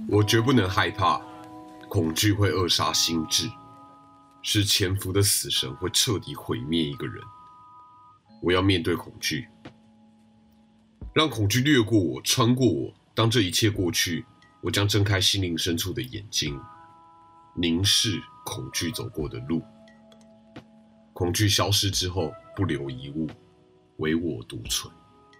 我绝不能害怕，恐惧会扼杀心智，是潜伏的死神会彻底毁灭一个人。我要面对恐惧，让恐惧掠过我，穿过我。当这一切过去，我将睁开心灵深处的眼睛，凝视恐惧走过的路。恐惧消失之后，不留一物，唯我独存。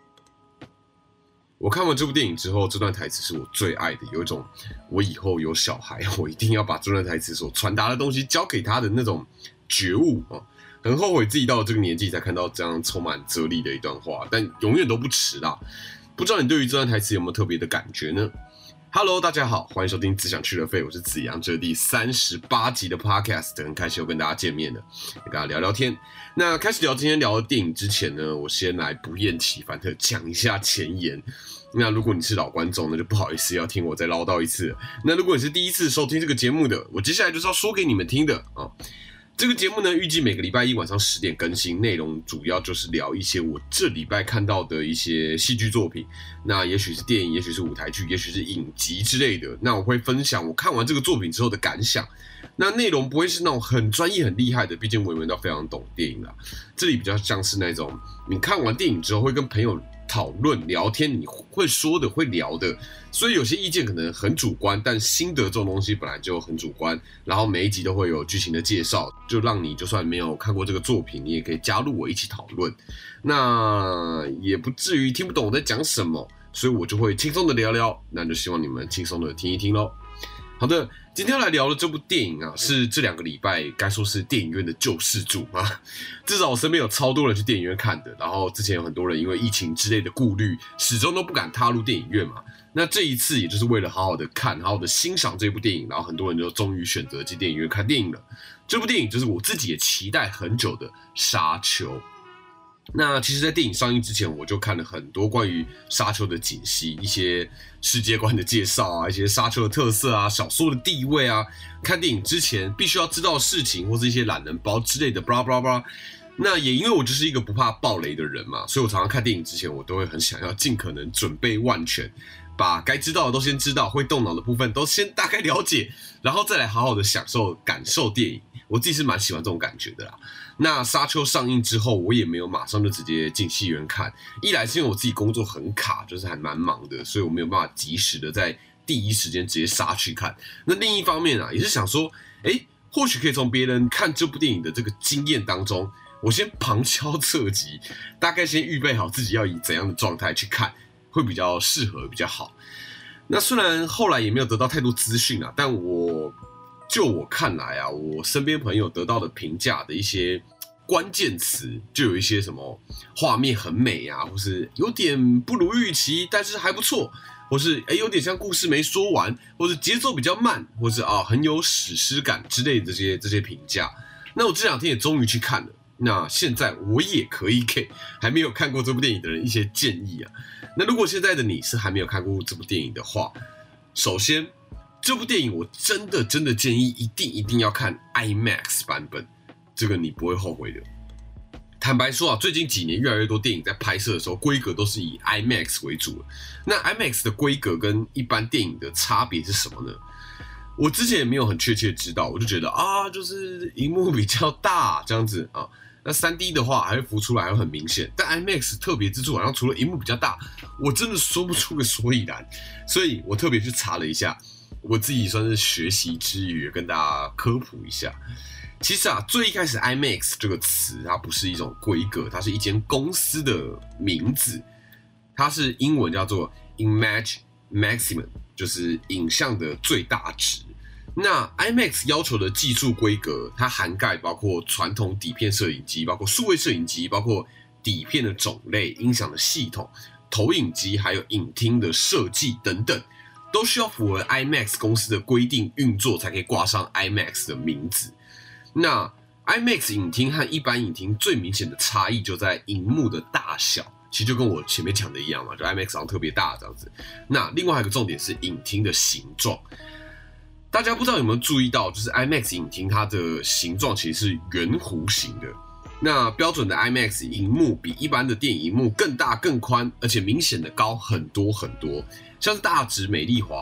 我看完这部电影之后，这段台词是我最爱的，有一种我以后有小孩，我一定要把这段台词所传达的东西交给他的那种觉悟啊！很后悔自己到了这个年纪才看到这样充满哲理的一段话，但永远都不迟啦。不知道你对于这段台词有没有特别的感觉呢？Hello， 大家好，欢迎收听只想去了废，我是子阳，这是第38集的 Podcast， 很开心又跟大家见面了，跟大家聊聊天。那开始聊今天聊的电影之前呢，我先来不厌其烦的讲一下前言。那如果你是老观众，那就不好意思要听我再唠叨一次了。那如果你是第一次收听这个节目的，我接下来就是要说给你们听的啊。这个节目呢，预计每个礼拜一晚上10点更新，内容主要就是聊一些我这礼拜看到的一些戏剧作品，那也许是电影，也许是舞台剧，也许是影集之类的。那我会分享我看完这个作品之后的感想。那内容不会是那种很专业、很厉害的，毕竟我也没有非常懂电影啦。这里比较像是那种你看完电影之后会跟朋友讨论、聊天，你会说的、会聊的，所以有些意见可能很主观，但心得这种东西本来就很主观。然后每一集都会有剧情的介绍，就让你就算没有看过这个作品，你也可以加入我一起讨论。那也不至于听不懂我在讲什么，所以我就会轻松的聊聊。那就希望你们轻松的听一听咯。好的，今天要来聊的这部电影啊，是这2个礼拜该说是电影院的救世主啊。至少我身边有超多人去电影院看的，然后之前有很多人因为疫情之类的顾虑，始终都不敢踏入电影院嘛。那这一次也就是为了好好的看，好好的欣赏这部电影，然后很多人就终于选择进电影院看电影了。这部电影就是我自己也期待很久的《沙丘》。那其实在电影上映之前，我就看了很多关于沙丘的解析，一些世界观的介绍啊，一些沙丘的特色啊，小说的地位啊，看电影之前必须要知道的事情，或是一些懒人包之类的 blah blah blah。那也因为我就是一个不怕爆雷的人嘛，所以我常常看电影之前，我都会很想要尽可能准备万全，把该知道的都先知道，会动脑的部分都先大概了解，然后再来好好的感受电影。我自己是蛮喜欢这种感觉的啦。那沙丘上映之后，我也没有马上就直接进戏院看，一来是因为我自己工作很卡，就是还蛮忙的，所以我没有办法及时的在第一时间直接杀去看。那另一方面啊，也是想说，或许可以从别人看这部电影的这个经验当中，我先旁敲侧击，大概先预备好自己要以怎样的状态去看，会比较适合，比较好。那虽然后来也没有得到太多资讯啊，但就我看来啊，我身边朋友得到的评价的一些关键词，就有一些什么画面很美啊，或是有点不如预期，但是还不错，或是有点像故事没说完，或是节奏比较慢，或是很有史诗感之类的这些评价。那我这2天也终于去看了，那现在我也可以给还没有看过这部电影的人一些建议啊。那如果现在的你是还没有看过这部电影的话，首先这部电影我真的建议一定要看 IMAX 版本，这个你不会后悔的。坦白说啊，最近几年越来越多电影在拍摄的时候，规格都是以 IMAX 为主了。那 IMAX 的规格跟一般电影的差别是什么呢？我之前也没有很确切知道，我就觉得就是萤幕比较大这样子啊。那 3D 的话还会浮出来，还会很明显。但 IMAX 特别之处好像除了萤幕比较大，我真的说不出个所以然。所以我特别去查了一下，我自己算是学习之余跟大家科普一下。其实啊，最一开始 IMAX 这个词它不是一种规格，它是一间公司的名字，它是英文叫做 Image Maximum， 就是影像的最大值。那 IMAX 要求的技术规格，它涵盖包括传统底片摄影机，包括数位摄影机，包括底片的种类、音响的系统、投影机，还有影厅的设计等等，都需要符合 IMAX 公司的规定运作，才可以挂上 IMAX 的名字。那 IMAX 影厅和一般影厅最明显的差异就在萤幕的大小，其实就跟我前面讲的一样嘛，就 IMAX 好像特别大这样子。那另外还有一个重点是影厅的形状。大家不知道有没有注意到，就是 IMAX 影厅它的形状其实是圆弧形的。那标准的 IMAX 萤幕比一般的电影萤幕更大更宽，而且明显的高很多很多。像是大直美丽华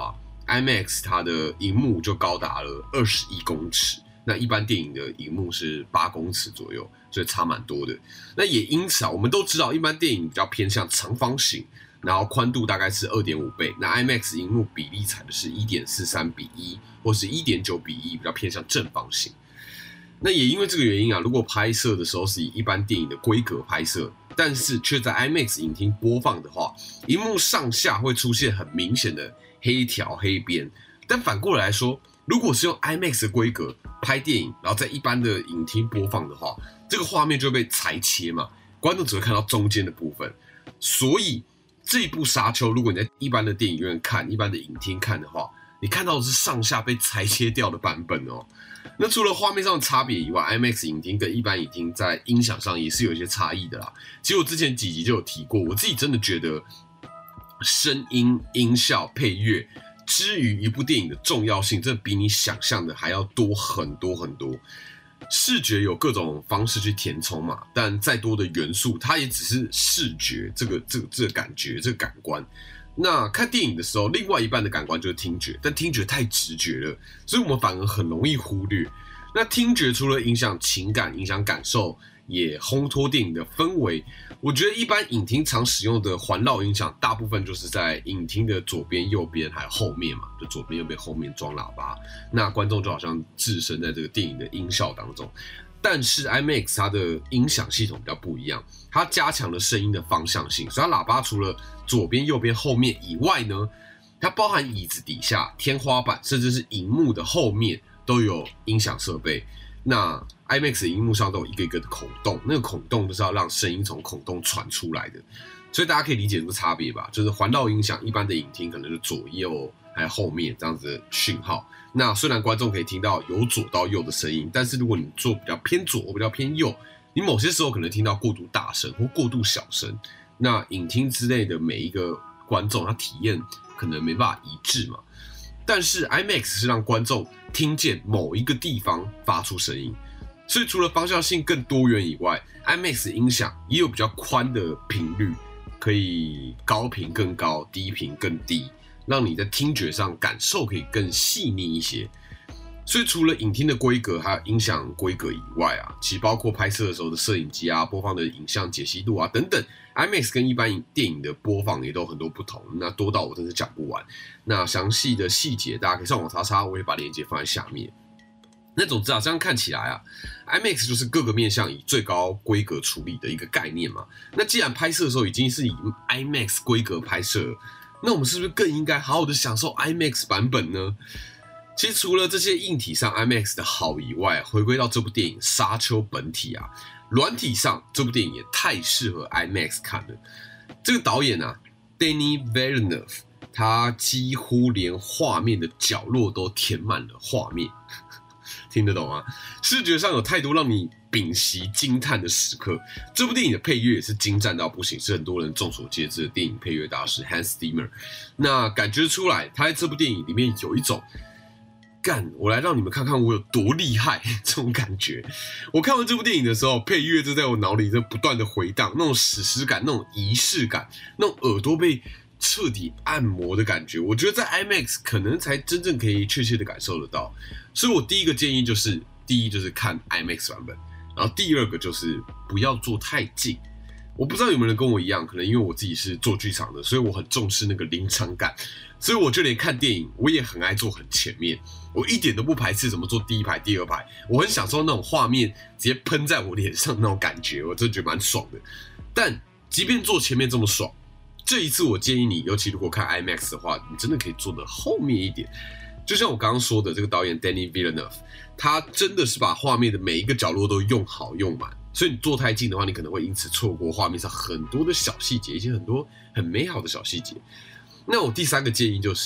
IMAX 它的萤幕就高达了21公尺，那一般电影的萤幕是8公尺左右，所以差蛮多的。那也因此啊，我们都知道一般电影比较偏向长方形，然后宽度大概是2.5倍，那 IMAX 萤幕比例采的是1.43:1，或是1.9:1，比较偏向正方形。那也因为这个原因啊，如果拍摄的时候是以一般电影的规格拍摄，但是却在 IMAX 影厅播放的话，萤幕上下会出现很明显的黑条黑边。但反过来说，如果是用 IMAX 的规格拍电影，然后在一般的影厅播放的话，这个画面就会被裁切嘛，观众只会看到中间的部分。所以这一部《沙丘》，如果你在一般的电影院看、一般的影厅看的话，你看到的是上下被裁切掉的版本哦。那除了画面上的差别以外 ，IMAX 影厅跟一般影厅在音响上也是有一些差异的啦。其实我之前几集就有提过，我自己真的觉得声音、音效、配乐之于一部电影的重要性，真的比你想象的还要多很多很多。视觉有各种方式去填充嘛，但再多的元素，它也只是视觉这个感觉、这个感官。那看电影的时候，另外一半的感官就是听觉，但听觉太直觉了，所以我们反而很容易忽略。那听觉除了影响情感、影响感受，也烘托电影的氛围。我觉得一般影厅常使用的环绕音响，大部分就是在影厅的左边、右边还有后面嘛，就左边、右边、后面装喇叭，那观众就好像置身在这个电影的音效当中。但是 IMAX 它的音响系统比较不一样，它加强了声音的方向性，所以它喇叭除了左边、右边、后面以外呢，它包含椅子底下、天花板，甚至是荧幕的后面都有音响设备。那 IMAX 的荧幕上都有一个一个的孔洞，那个孔洞就是要让声音从孔洞传出来的，所以大家可以理解这个差别吧？就是环绕音响，一般的影厅可能是左右还有后面这样子的讯号。那虽然观众可以听到由左到右的声音，但是如果你坐比较偏左或比较偏右，你某些时候可能听到过度大声或过度小声。那影厅之类的每一个观众他体验可能没办法一致嘛。但是 IMAX 是让观众听见某一个地方发出声音，所以除了方向性更多元以外 ，IMAX 音响也有比较宽的频率，可以高频更高，低频更低，让你在听觉上感受可以更细腻一些。所以除了影厅的规格还有音响规格以外啊，其实包括拍摄的时候的摄影机啊、播放的影像解析度啊等等 ，IMAX 跟一般电影的播放也都有很多不同，那多到我真是讲不完。那详细的细节大家可以上网查查，我会把链接放在下面。那总之啊，这样看起来啊 ，IMAX 就是各个面向以最高规格处理的一个概念嘛。那既然拍摄的时候已经是以 IMAX 规格拍摄了，那我们是不是更应该好好的享受 IMAX 版本呢？其实除了这些硬体上 IMAX 的好以外，回归到这部电影《沙丘》本体啊，软体上这部电影也太适合 IMAX 看了。这个导演啊 ，Denis Villeneuve， 他几乎连画面的角落都填满了画面，听得懂吗？视觉上有太多让你屏息惊叹的时刻。这部电影的配乐也是精湛到不行，是很多人众所皆知的电影配乐大师 Hans Zimmer。那感觉出来，他在这部电影里面有一种我来让你们看看我有多厉害这种感觉。我看完这部电影的时候，配乐就在我脑里在不断的回荡，那种史诗感、那种仪式感、那种耳朵被彻底按摩的感觉，我觉得在 IMAX 可能才真正可以确切的感受得到。所以我第一个建议就是，第一就是看 IMAX 版本，然后第二个就是不要坐太近。我不知道有没有人跟我一样，可能因为我自己是做剧场的，所以我很重视那个临场感，所以我就连看电影我也很爱坐很前面，我一点都不排斥怎么坐第一排、第二排，我很享受那种画面直接喷在我脸上的那种感觉，我真的觉得蛮爽的。但即便坐前面这么爽，这一次我建议你，尤其如果看 IMAX 的话，你真的可以坐得后面一点。就像我刚刚说的，这个导演 Denis Villeneuve， 他真的是把画面的每一个角落都用好用满，所以你坐太近的话，你可能会因此错过画面上很多的小细节，一些很多很美好的小细节。那我第三个建议就是，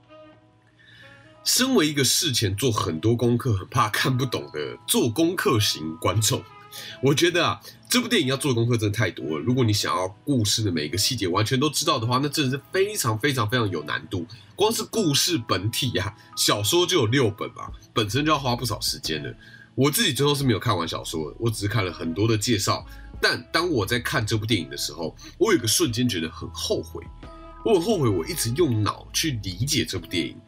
身为一个事前做很多功课、很怕看不懂的做功课型观众，我觉得啊，这部电影要做的功课真的太多了。如果你想要故事的每一个细节完全都知道的话，那真的是非常非常非常有难度。光是故事本体啊，小说就有6本吧，本身就要花不少时间了。我自己最后是没有看完小说的，我只是看了很多的介绍。但当我在看这部电影的时候，我有一个瞬间觉得很后悔，我很后悔我一直用脑去理解这部电影。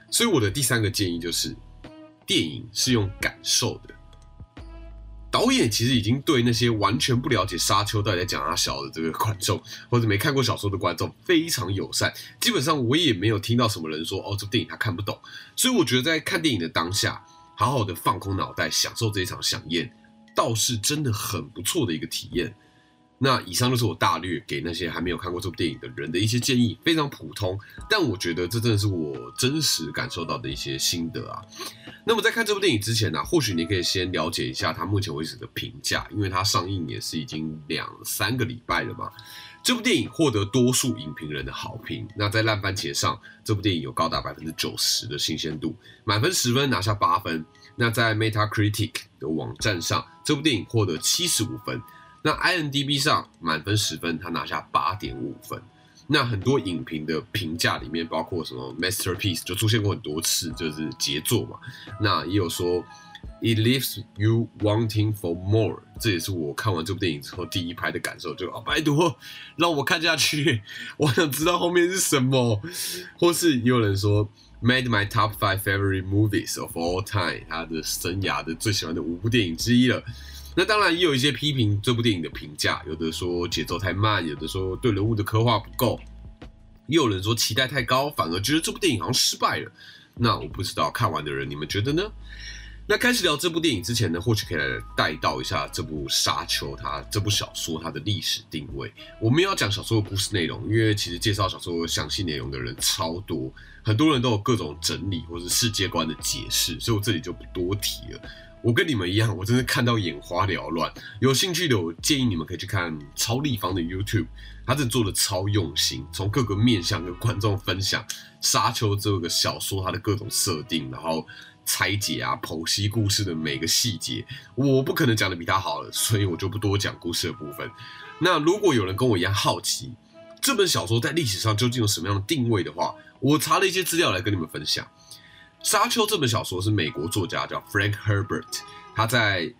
所以我的第3个建议就是，电影是用感受的。导演其实已经对那些完全不了解沙丘到底在讲啥小的这个观众，或者没看过小说的观众非常友善。基本上我也没有听到什么人说这部电影他看不懂。所以我觉得在看电影的当下，好好的放空脑袋，享受这一场飨宴，倒是真的很不错的一个体验。那以上就是我大略给那些还没有看过这部电影的人的一些建议，非常普通，但我觉得这真的是我真实感受到的一些心得啊。那么在看这部电影之前呢，或许你可以先了解一下它目前为止的评价，因为它上映也是已经2-3个礼拜了嘛。这部电影获得多数影评人的好评，那在烂番茄上，这部电影有高达 90% 的新鲜度，满分10分拿下8分。那在 Metacritic 的网站上，这部电影获得75分。那 IMDB 上满分10分，他拿下 8.5 分。那很多影评的评价里面，包括什么 Masterpiece 就出现过很多次，就是杰作嘛。那也有说 It leaves you wanting for more， 这也是我看完这部电影之后第一排的感受，就拜托让我看下去，我想知道后面是什么。或是也有人说 Made my top 5 favorite movies of all time， 他的生涯的最喜欢的5部电影之一了。那当然也有一些批评这部电影的评价，有的说节奏太慢，有的说对人物的刻画不够，也有人说期待太高，反而觉得这部电影好像失败了。那我不知道看完的人你们觉得呢？那开始聊这部电影之前呢，或许可以来带到一下这部《沙丘》这部小说它的历史定位。我们要讲小说的故事内容，因为其实介绍小说详细内容的人超多，很多人都有各种整理或是世界观的解释，所以我这里就不多提了。我跟你们一样，我真的看到眼花缭乱。有兴趣的，我建议你们可以去看超立方的 YouTube， 他真的做的超用心，从各个面向跟观众分享《沙丘》这个小说它的各种设定，然后拆解啊、剖析故事的每个细节。我不可能讲的比他好了，所以我就不多讲故事的部分。那如果有人跟我一样好奇，这本小说在历史上究竟有什么样的定位的话，我查了一些资料来跟你们分享。《沙丘》这本小说是美国作家叫 Frank Herbert， 他在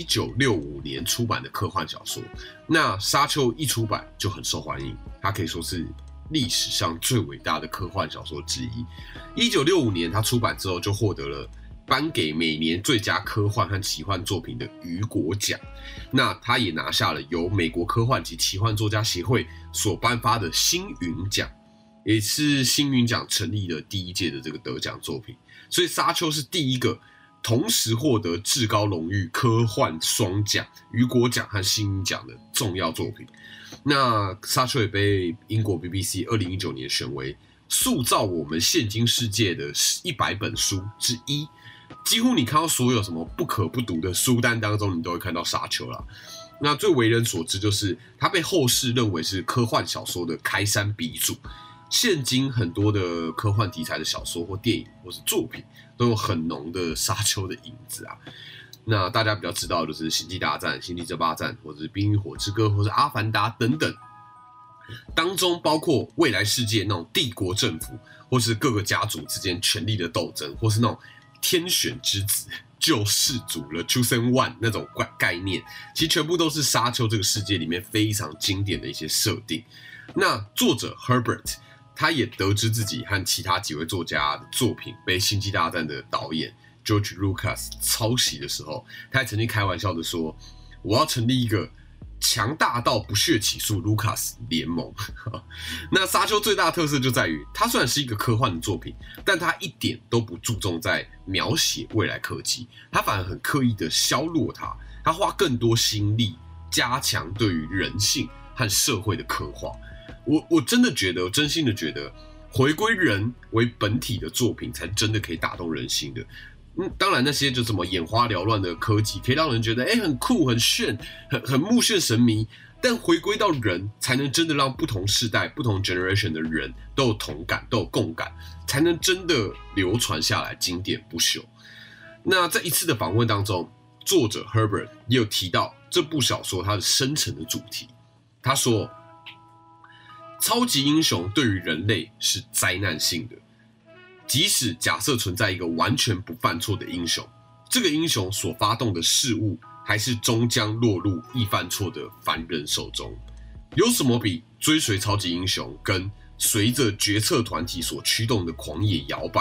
1965年出版的科幻小说。那《沙丘》一出版就很受欢迎，它可以说是历史上最伟大的科幻小说之一。1965年他出版之后，就获得了颁给每年最佳科幻和奇幻作品的雨果奖。那他也拿下了由美国科幻及奇幻作家协会所颁发的星云奖，也是星云奖成立的第1届的这个得奖作品。所以《沙丘》是第一个同时获得至高荣誉科幻双奖雨果奖和星云奖的重要作品。那《沙丘》也被英国 BBC 2019年选为塑造我们现今世界的100本书之一。几乎你看到所有什么不可不读的书单当中，你都会看到《沙丘》啦。那最为人所知就是它被后世认为是科幻小说的开山鼻祖。现今很多的科幻题材的小说或电影或是作品都有很浓的沙丘的影子啊。那大家比较知道的就是星际大战、星际争霸战，或者是冰与火之歌，或是阿凡达等等，当中包括未来世界那种帝国政府或是各个家族之间权力的斗争，或是那种天选之子救世主了 Chosen One 那种概念，其实全部都是沙丘这个世界里面非常经典的一些设定。那作者 Herbert他也得知自己和其他几位作家的作品被《星际大战》的导演 George Lucas 抄袭的时候，他还曾经开玩笑的说：“我要成立一个强大到不屑起诉 Lucas 联盟。”那《沙丘》最大的特色就在于，它虽然是一个科幻的作品，但它一点都不注重在描写未来科技，它反而很刻意的削弱它，它花更多心力加强对于人性和社会的刻画。我真的觉得，我真心的觉得，回归人为本体的作品才真的可以打动人心的。当然那些就什么眼花缭乱的科技，可以让人觉得很酷、很炫、很目眩神迷。但回归到人，才能真的让不同世代、不同 generation 的人都有同感、都有共感，才能真的流传下来，经典不朽。那在一次的访问当中，作者 Herbert 也有提到这部小说它的深层的主题。他说，超级英雄对于人类是灾难性的，即使假设存在一个完全不犯错的英雄，这个英雄所发动的事物还是终将落入易犯错的凡人手中。有什么比追随超级英雄跟随着决策团体所驱动的狂野摇摆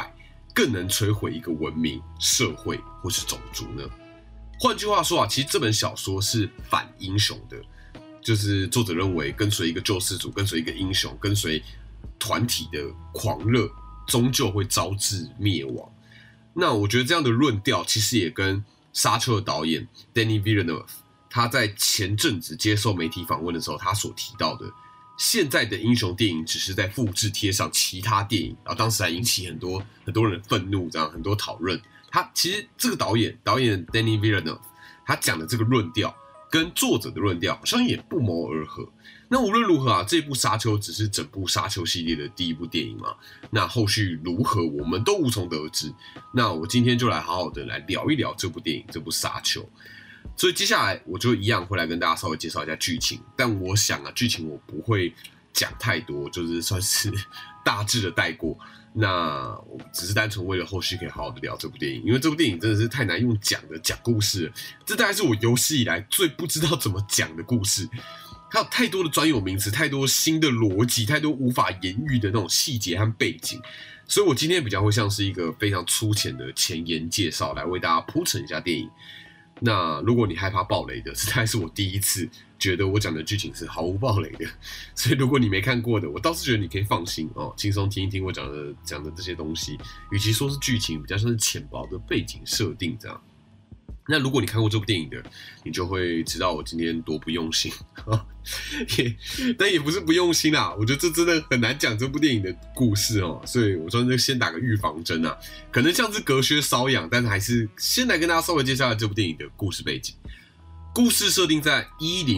更能摧毁一个文明、社会或是种族呢？换句话说啊，其实这本小说是反英雄的，就是作者认为跟随一个救世主，跟随一个英雄，跟随团体的狂热，终究会招致灭亡。那我觉得这样的论调其实也跟《沙丘》的导演 Denis Villeneuve 他在前阵子接受媒体访问的时候，他所提到的，现在的英雄电影只是在复制贴上其他电影，然后当时还引起很多人的愤怒，这样很多讨论。他其实这个导演 Denis Villeneuve 他讲的这个论调跟作者的论调好像也不谋而合。那无论如何啊，这部《沙丘》只是整部《沙丘》系列的第一部电影嘛，那后续如何我们都无从得知。那我今天就来好好的来聊一聊这部电影，这部《沙丘》。所以接下来我就一样会来跟大家稍微介绍一下剧情，但我想啊，剧情我不会讲太多，就是算是大致的带过。那我只是单纯为了后续可以好好的聊这部电影，因为这部电影真的是太难用讲故事了，这大概是我有史以来最不知道怎么讲的故事。它有太多的专有名词，太多新的逻辑，太多无法言喻的那种细节和背景，所以我今天比较会像是一个非常粗浅的前言介绍，来为大家铺陈一下电影。那如果你害怕爆雷的，这大概是我第一次觉得我讲的剧情是毫无爆雷的，所以如果你没看过的，我倒是觉得你可以放心哦，轻松听一听我讲的这些东西，与其说是剧情，比较像是浅薄的背景设定这样。那如果你看过这部电影的，你就会知道我今天多不用心，但也不是不用心啦。我觉得这真的很难讲这部电影的故事哦，所以我说就先打个预防针啊，可能像是隔靴搔痒，但是还是先来跟大家稍微介绍一下这部电影的故事背景。故事设定在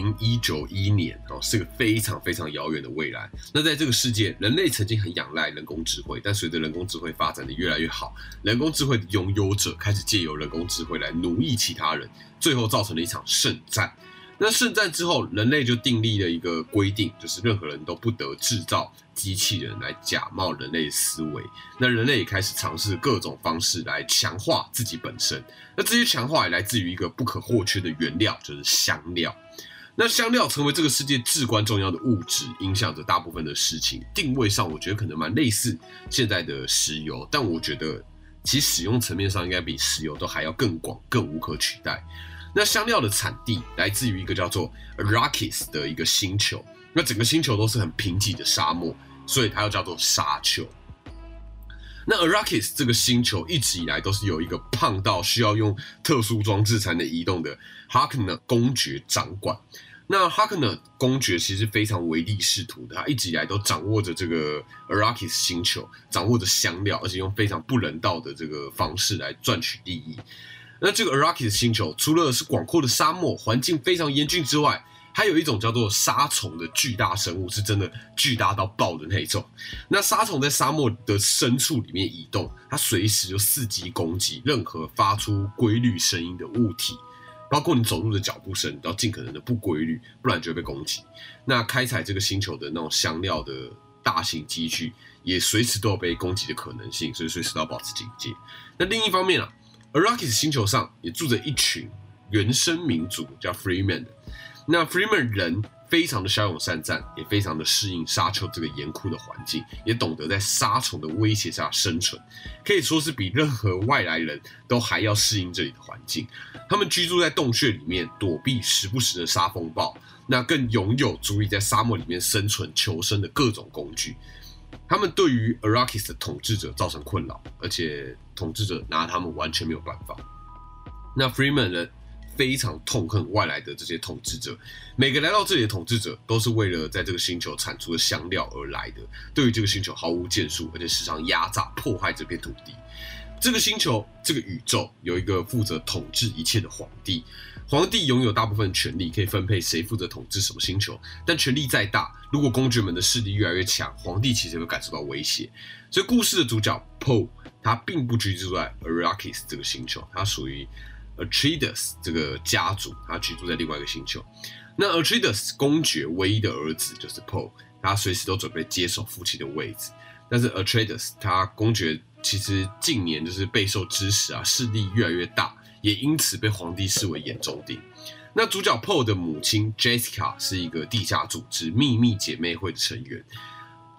10191年，是个非常非常遥远的未来。那在这个世界，人类曾经很仰赖人工智慧，但随着人工智慧发展的越来越好，人工智慧的拥有者开始借由人工智慧来奴役其他人，最后造成了一场圣战。那圣战之后，人类就订立了一个规定，就是任何人都不得制造机器人来假冒人类的思维。那人类也开始尝试各种方式来强化自己本身。那这些强化也来自于一个不可或缺的原料，就是香料。那香料成为这个世界至关重要的物质，影响着大部分的事情。定位上，我觉得可能蛮类似现在的石油，但我觉得其实使用层面上应该比石油都还要更广、更无可取代。那香料的产地来自于一个叫做 Arrakis 的一个星球，那整个星球都是很贫瘠的沙漠，所以它又叫做沙丘。那 Arrakis 这个星球一直以来都是由一个胖到需要用特殊装置才能移动的 Harkonnen 公爵掌管。那 Harkonnen 公爵其实非常唯利是图的，他一直以来都掌握着这个 Arrakis 星球，掌握着香料，而且用非常不人道的这个方式来赚取利益。那这个 Arrakis 星球除了是广阔的沙漠，环境非常严峻之外，还有一种叫做沙虫的巨大生物，是真的巨大到爆的那一种。那沙虫在沙漠的深处里面移动，它随时就伺机攻击任何发出规律声音的物体，包括你走路的脚步声，你都要尽可能的不规律，不然就会被攻击。那开采这个星球的那种香料的大型机具，也随时都有被攻击的可能性，所以随时都要保持警戒。那另一方面啊，Arrakis 星球上也住着一群原生民族，叫 Freeman。那 Freeman 人非常的骁勇善战，也非常的适应沙丘这个严酷的环境，也懂得在沙虫的威胁下生存，可以说是比任何外来人都还要适应这里的环境。他们居住在洞穴里面，躲避时不时的沙风暴，那更拥有足以在沙漠里面生存求生的各种工具。他们对于 Arrakis 的统治者造成困扰，而且统治者拿他们完全没有办法。那 Freeman 人非常痛恨外来的这些统治者，每个来到这里的统治者都是为了在这个星球产出的香料而来的，对于这个星球毫无建树，而且时常压榨迫害这片土地。这个星球这个宇宙有一个负责统治一切的皇帝，皇帝拥有大部分权力，可以分配谁负责统治什么星球，但权力再大，如果公爵们的势力越来越强，皇帝其实会感受到威胁。所以故事的主角 Poe 他并不居住在 Arrakis 这个星球，他属于 Atreides 这个家族，他居住在另外一个星球。那 Atreides 公爵唯一的儿子就是 Poe， 他随时都准备接手父亲的位置。但是 Atreides 他公爵其实近年就是备受支持啊，势力越来越大，也因此被皇帝视为眼中钉。那主角 Poe 的母亲 Jessica 是一个地下组织秘密姐妹会的成员。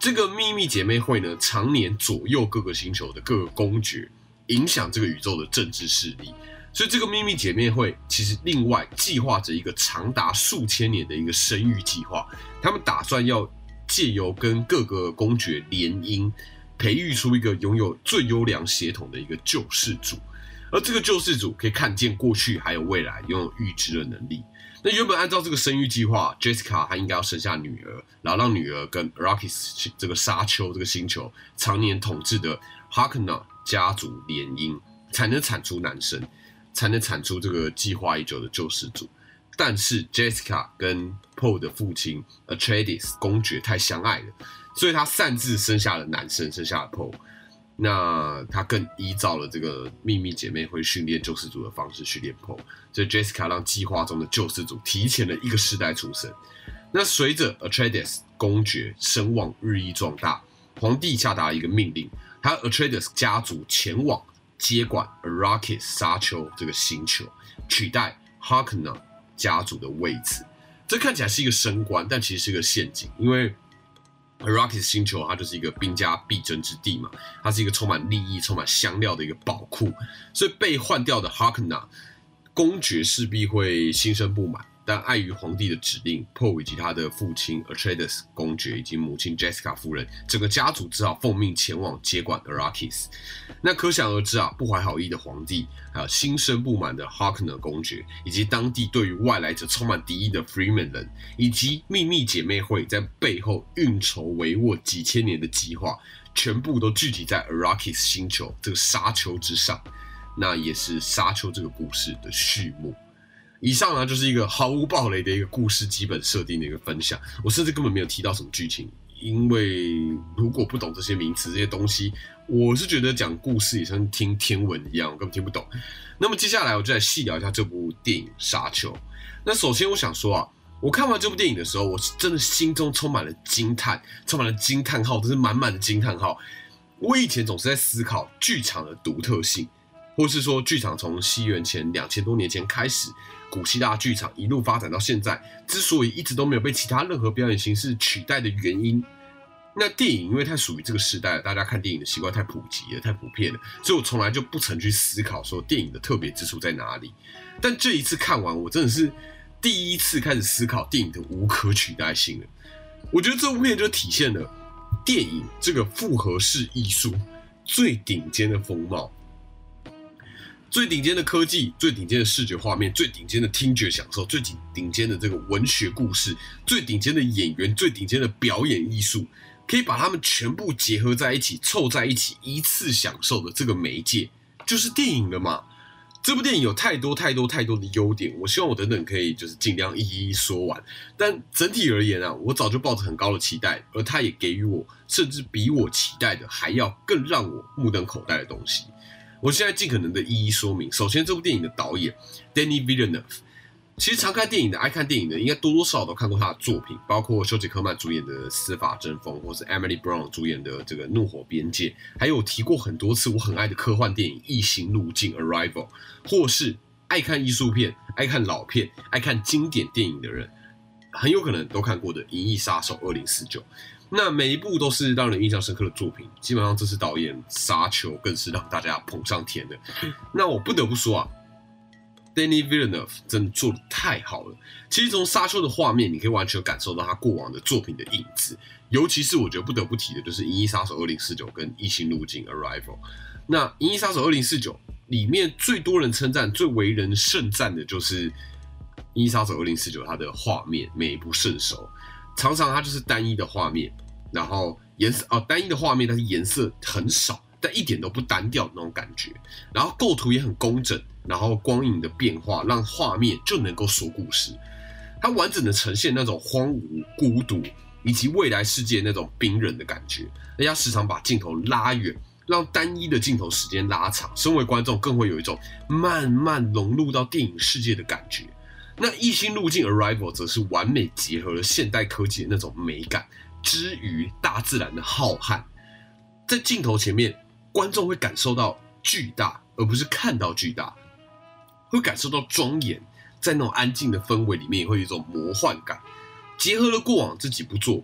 这个秘密姐妹会呢，常年左右各个星球的各个公爵，影响这个宇宙的政治势力。所以这个秘密姐妹会其实另外计划着一个长达数千年的一个生育计划，他们打算要借由跟各个公爵联姻，培育出一个拥有最优良血统的一个救世主。而这个救世主可以看见过去还有未来，拥有预知的能力。那原本按照这个生育计划 ，Jessica 她应该要生下女儿，然后让女儿跟 Arrakis 这个沙丘这个星球常年统治的 Harkonnen 家族联姻，才能产出男生，才能产出这个计划已久的救世主。但是 Jessica 跟 Paul 的父亲 Atreides 公爵太相爱了，所以他擅自生下了男生，生下了 Paul。那他更依照了这个秘密姐妹会训练救世主的方式训练 Paul， 所以 Jessica 让计划中的救世主提前了1个世代出生。那随着 Atreides 公爵声望日益壮大，皇帝下达了一个命令，他 Atreides 家族前往接管 Arrakis 沙丘这个星球，取代 Harkonnen 家族的位置。这看起来是一个升官，但其实是一个陷阱，因为Arrakis 星球它就是一个兵家必争之地嘛，它是一个充满利益、充满香料的一个宝库，所以被换掉的 Harkonnen 公爵势必会心生不满。但碍于皇帝的指令 ，Paul 以及他的父亲 Atreides 公爵以及母亲 Jessica 夫人，整个家族只好奉命前往接管 Arrakis。那可想而知啊，不怀好意的皇帝，还有心生不满的 Harkonnen 公爵，以及当地对于外来者充满敌意的 Freeman 人，以及秘密姐妹会在背后运筹帷幄几千年的计划，全部都聚集在 Arrakis 星球这个沙丘之上。那也是沙丘这个故事的序幕。以上呢，就是一个毫无暴雷的一个故事基本设定的一个分享。我甚至根本没有提到什么剧情，因为如果不懂这些名词、这些东西，我是觉得讲故事也像听天文一样，我根本听不懂。那么接下来我就来细聊一下这部电影《沙丘》。那首先我想说啊，我看完这部电影的时候，我真的心中充满了惊叹，充满了惊叹号，这是满满的惊叹号。我以前总是在思考剧场的独特性，或是说剧场从西元前2000多年前开始，古希腊剧场一路发展到现在，之所以一直都没有被其他任何表演形式取代的原因。那电影因为太属于这个时代了，大家看电影的习惯太普及了，太普遍了，所以我从来就不曾去思考说电影的特别之处在哪里。但这一次看完，我真的是第一次开始思考电影的无可取代性了。我觉得这部片就体现了电影这个复合式艺术最顶尖的风貌。最顶尖的科技，最顶尖的视觉画面，最顶尖的听觉享受，最顶尖的这个文学故事，最顶尖的演员，最顶尖的表演艺术，可以把它们全部结合在一起，凑在一起，一次享受的这个媒介，就是电影了嘛。这部电影有太多的优点，我希望我等等可以就是尽量一一说完。但整体而言啊，我早就抱着很高的期待，而它也给予我甚至比我期待的还要更让我目瞪口呆的东西。我现在尽可能的一一说明。首先，这部电影的导演 Denis Villeneuve， 其实常看电影的、爱看电影的，应该多多少少都看过他的作品，包括休杰克曼主演的《司法争锋》，或是 Emily Blunt 主演的这个《怒火边界》，还有提过很多次我很爱的科幻电影《异形路径》Arrival， 或是爱看艺术片、爱看老片、爱看经典电影的人，很有可能都看过的《银翼杀手2049》。那每一部都是让人印象深刻的作品，基本上这次导演《沙丘》更是让大家捧上天的。那我不得不说啊 ，Denis Villeneuve 真的做得太好了。其实从《沙丘》的画面，你可以完全感受到他过往的作品的影子，尤其是我觉得不得不提的就是《银翼杀手2049》跟《异形路径 Arrival》。那《银翼杀手2049》里面最多人称赞、最为人盛赞的就是《银翼杀手2049》它的画面美不胜收，常常它就是单一的画面。然后单一的画面，但是颜色很少，但一点都不单调的那种感觉。然后构图也很工整，然后光影的变化让画面就能够说故事。它完整的呈现那种荒芜、孤独以及未来世界那种冰冷的感觉。而且时常把镜头拉远，让单一的镜头时间拉长，身为观众更会有一种慢慢融入到电影世界的感觉。那异星路径 Arrival 则是完美结合了现代科技的那种美感之于大自然的浩瀚，在镜头前面，观众会感受到巨大，而不是看到巨大，会感受到庄严，在那种安静的氛围里面，也会有一种魔幻感。结合了过往这几部作品啊，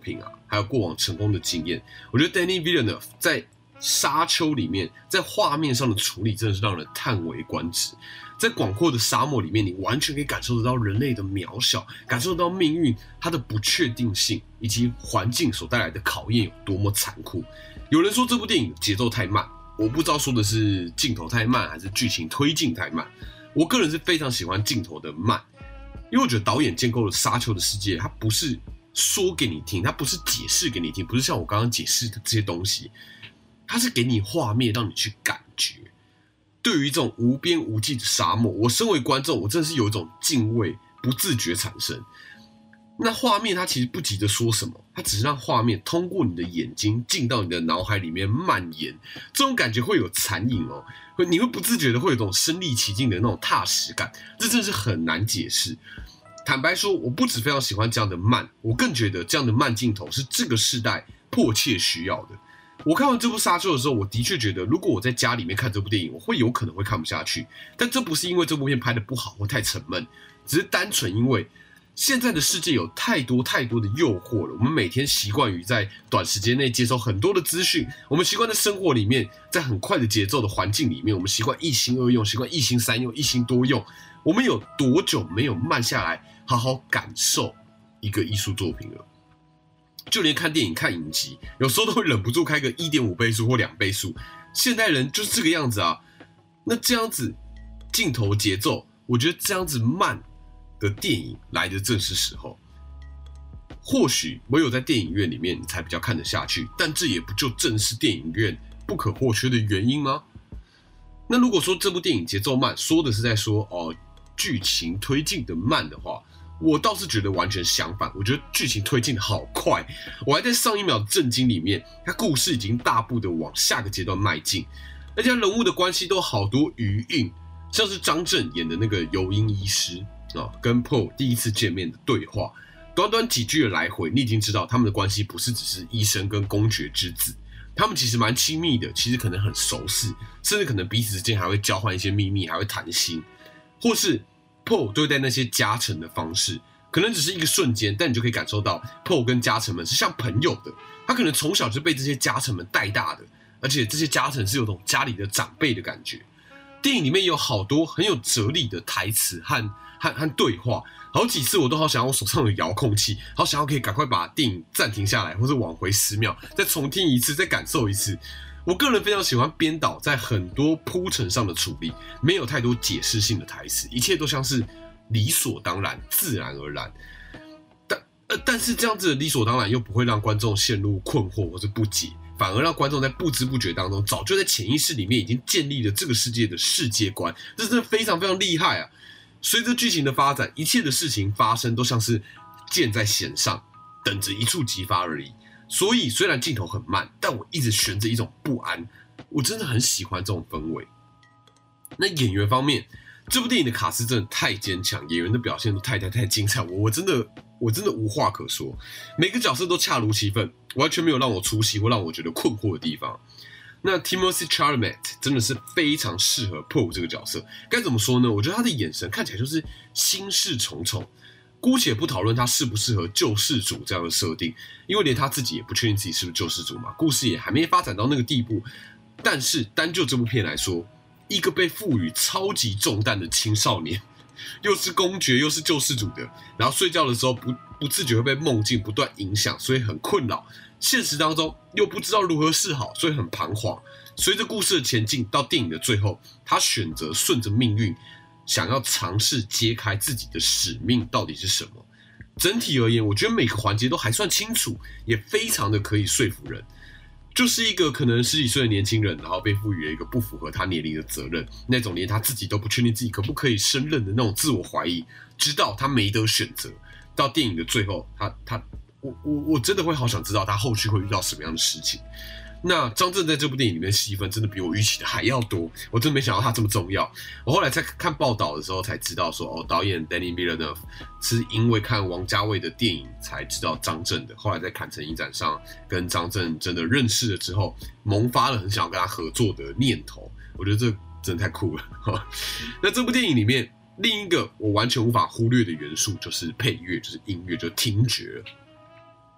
还有过往成功的经验。我觉得 Denis Villeneuve 在沙丘里面，在画面上的处理真的是让人叹为观止。在广阔的沙漠里面，你完全可以感受得到人类的渺小，感受到命运它的不确定性，以及环境所带来的考验有多么残酷。有人说这部电影节奏太慢，我不知道说的是镜头太慢，还是剧情推进太慢。我个人是非常喜欢镜头的慢，因为我觉得导演建构了沙丘的世界，它不是说给你听，它不是解释给你听，不是像我刚刚解释的这些东西，它是给你画面让你去感觉。对于这种无边无际的沙漠，我身为观众，我真的是有一种敬畏不自觉产生。那画面它其实不急着说什么，它只是让画面通过你的眼睛进到你的脑海里面蔓延，这种感觉会有残影哦，你会不自觉的会有一种身临其境的那种踏实感，这真的是很难解释。坦白说，我不只非常喜欢这样的慢，我更觉得这样的慢镜头是这个世代迫切需要的。我看完这部沙丘的时候，我的确觉得，如果我在家里面看这部电影，我会有可能会看不下去。但这不是因为这部片拍得不好或太沉闷，只是单纯因为现在的世界有太多太多的诱惑了。我们每天习惯于在短时间内接收很多的资讯，我们习惯在生活里面，在很快的节奏的环境里面，我们习惯一心二用，习惯一心三用，一心多用。我们有多久没有慢下来，好好感受一个艺术作品了？就连看电影、看影集，有时候都会忍不住开个1.5倍速或2倍速。现代人就是这个样子啊。那这样子镜头节奏，我觉得这样子慢的电影来的正是时候。或许唯有在电影院里面，你才比较看得下去，但这也不就正是电影院不可或缺的原因吗？那如果说这部电影节奏慢，说的是在说剧情推进的慢的话，我倒是觉得完全相反，我觉得剧情推进的好快，我还在上一秒的震惊里面，它故事已经大步的往下个阶段迈进，而且人物的关系都好多余韵，像是张震演的那个游鹰医师跟 Paul 第一次见面的对话，短短几句的来回，你已经知道他们的关系不是只是医生跟公爵之子，他们其实蛮亲密的，其实可能很熟识，甚至可能彼此之间还会交换一些秘密，还会谈心，或是Paul 对待那些家臣的方式，可能只是一个瞬间，但你就可以感受到 Paul 跟家臣们是像朋友的。他可能从小就被这些家臣们带大的，而且这些家臣是有种家里的长辈的感觉。电影里面有好多很有哲理的台词和对话，好几次我都好想要我手上有遥控器，好想要可以赶快把电影暂停下来，或者往回10秒，再重听一次，再感受一次。我个人非常喜欢编导在很多铺陈上的处理，没有太多解释性的台词，一切都像是理所当然、自然而然。但是这样子的理所当然又不会让观众陷入困惑或是不解，反而让观众在不知不觉当中，早就在潜意识里面已经建立了这个世界的世界观，这真的非常非常厉害啊！随着剧情的发展，一切的事情发生都像是箭在弦上，等着一触即发而已。所以虽然镜头很慢，但我一直悬着一种不安，我真的很喜欢这种氛围。那演员方面，这部电影的卡司真的太坚强，演员的表现都太精彩，我真的无话可说，每个角色都恰如其分，完全没有让我出戏或让我觉得困惑的地方。那 Timothée Chalamet 真的是非常适合 Paul 这个角色，该怎么说呢？我觉得他的眼神看起来就是心事重重。姑且不讨论他适不适合救世主这样的设定，因为连他自己也不确定自己是不是救世主嘛，故事也还没发展到那个地步。但是单就这部片来说，一个被赋予超级重担的青少年，又是公爵又是救世主的，然后睡觉的时候不自觉会被梦境不断影响，所以很困扰。现实当中又不知道如何是好，所以很彷徨。随着故事的前进，到电影的最后，他选择顺着命运，想要尝试揭开自己的使命到底是什么。整体而言，我觉得每个环节都还算清楚，也非常的可以说服人。就是一个可能10几岁的年轻人，然后被赋予了一个不符合他年龄的责任，那种连他自己都不确定自己可不可以胜任的那种自我怀疑，直到他没得选择。到电影的最后，我真的会好想知道他后续会遇到什么样的事情。那张震在这部电影里面戏份真的比我预期的还要多，我真没想到他这么重要。我后来在看报道的时候才知道说，导演 Denis Villeneuve 是因为看王家卫的电影才知道张震的，后来在坎城影展上跟张震真的认识了之后，萌发了很想要跟他合作的念头。我觉得这真的太酷了。那这部电影里面另一个我完全无法忽略的元素就是配乐，就是音乐，就是听觉。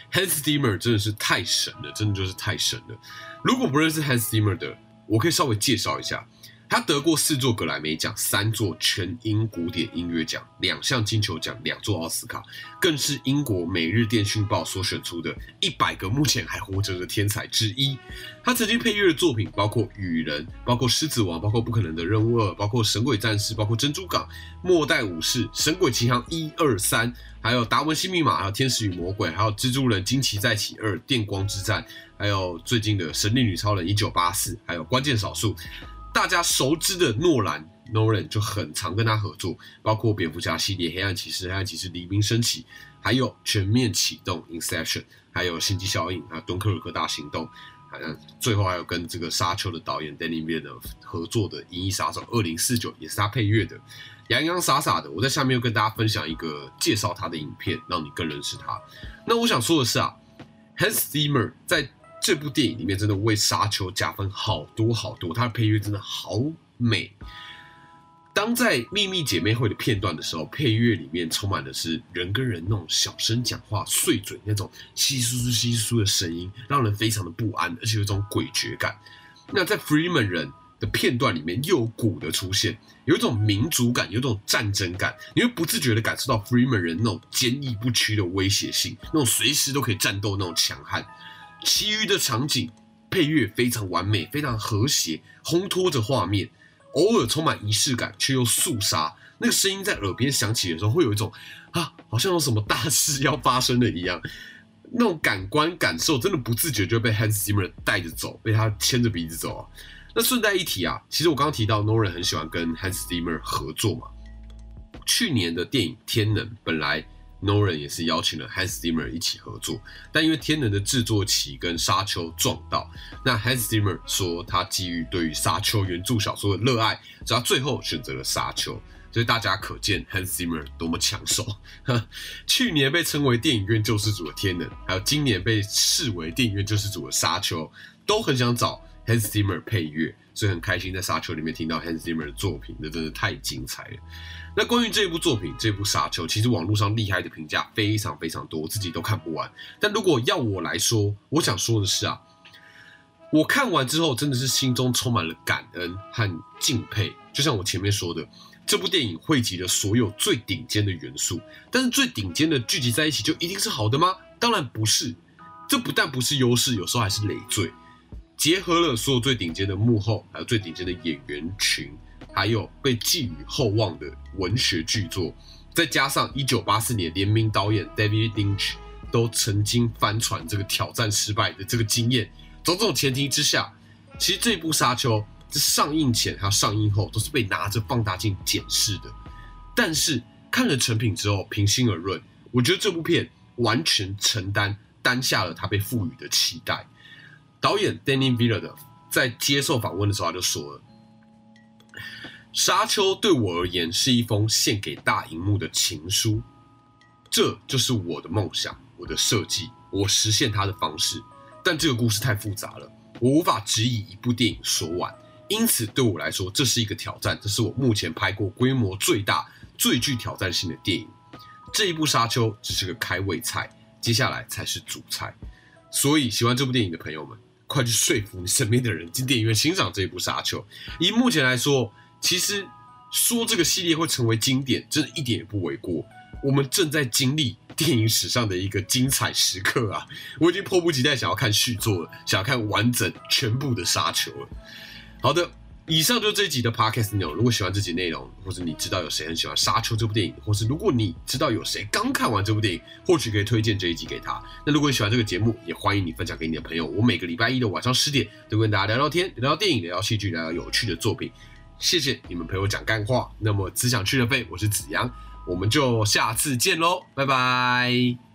Hans Zimmer 真的是太神了，真的就是太神了。如果不认识 Hans Zimmer 的，我可以稍微介绍一下。他得过4座格莱美奖、3座全英古典音乐奖、2项金球奖、2座奥斯卡，更是英国《每日电讯报》所选出的100个目前还活着的天才之一。他曾经配乐的作品包括《雨人》、包括《狮子王》、包括《不可能的任务2》、包括《神鬼战士》、包括《珍珠港》、《末代武士》、《神鬼奇航1、2、3》，还有《达文西密码》、还有《天使与魔鬼》、还有《蜘蛛人惊奇再起2》、《电光之战》，还有最近的《神力女超人1984》，还有《关键少数》。大家熟知的诺兰 Nolan 就很常跟他合作，包括蝙蝠侠系列、黑暗骑士、黎明升起，还有全面启动 Inception， 还有星际效应，还有敦刻尔克大行动，最后还有跟这个沙丘的导演 Danny Villeneuve 合作的《银翼杀手2049》，也是他配乐的。洋洋洒洒的，我在下面又跟大家分享一个介绍他的影片，让你更认识他。那我想说的是Hans Zimmer 在这部电影里面真的为沙丘加分好多好多，他的配乐真的好美。当在秘密姐妹会的片段的时候，配乐里面充满的是人跟人那种小声讲话、碎嘴那种稀疏稀疏的声音，让人非常的不安，而且有一种诡谲感。那在 Freeman 人的片段里面，又有鼓的出现，有一种民族感，有一种战争感，你会不自觉的感受到 Freeman 人那种坚毅不屈的威胁性，那种随时都可以战斗那种强悍。其余的场景配乐非常完美，非常和谐，烘托着画面，偶尔充满仪式感，却又肃杀。那个声音在耳边响起的时候，会有一种好像有什么大事要发生了一样。那种感官感受真的不自觉就被 Hans Zimmer 带着走，被他牵着鼻子走。那顺带一提其实我刚刚提到 Nolan 很喜欢跟 Hans Zimmer 合作嘛。去年的电影《天能》本来Nolan 也是邀请了 Hans Zimmer 一起合作，但因为《天能》的制作期跟《沙丘》撞到，那 Hans Zimmer 说他基于对于《沙丘》原著小说的热爱，所以他最后选择了《沙丘》，所以大家可见 Hans Zimmer 多么抢手。去年被称为电影院救世主的《天能》，还有今年被视为电影院救世主的《沙丘》，都很想找 Hans Zimmer 配乐，所以很开心在《沙丘》里面听到 Hans Zimmer 的作品，这真的太精彩了。那关于这部作品，这部《沙丘》，其实网络上厉害的评价非常非常多，我自己都看不完。但如果要我来说，我想说的是我看完之后真的是心中充满了感恩和敬佩。就像我前面说的，这部电影汇集了所有最顶尖的元素，但是最顶尖的聚集在一起就一定是好的吗？当然不是，这不但不是优势，有时候还是累赘。结合了所有最顶尖的幕后，还有最顶尖的演员群，还有被寄予厚望的文学巨作，再加上1984年联名导演 David Lynch 都曾经翻船这个挑战失败的这个经验，种种前提之下，其实这部《沙丘》在上映前还有上映后都是被拿着放大镜检视的。但是看了成品之后，平心而论，我觉得这部片完全担下了他被赋予的期待。导演 Danny Villeneuve 在接受访问的时候他就说了，沙丘对我而言是一封献给大荧幕的情书，这就是我的梦想，我的设计，我实现它的方式。但这个故事太复杂了，我无法只以一部电影说完，因此对我来说，这是一个挑战，这是我目前拍过规模最大、最具挑战性的电影。这一部沙丘只是个开胃菜，接下来才是主菜。所以喜欢这部电影的朋友们，快去说服你身边的人进电影院欣赏这一部沙丘。以目前来说，其实说这个系列会成为经典，真的一点也不为过。我们正在经历电影史上的一个精彩时刻我已经迫不及待想要看续作了，想要看完整全部的沙丘了。好的，以上就是这一集的 Podcast 内容。如果喜欢这集内容，或者你知道有谁很喜欢沙丘这部电影，或是如果你知道有谁刚看完这部电影，或许可以推荐这一集给他。那如果你喜欢这个节目，也欢迎你分享给你的朋友。我每个礼拜一的晚上10点都跟大家聊聊天，聊聊电影，聊聊戏剧，聊聊有趣的作品。谢谢你们陪我讲干话。那么只想去的费，我是子阳，我们就下次见咯，拜拜。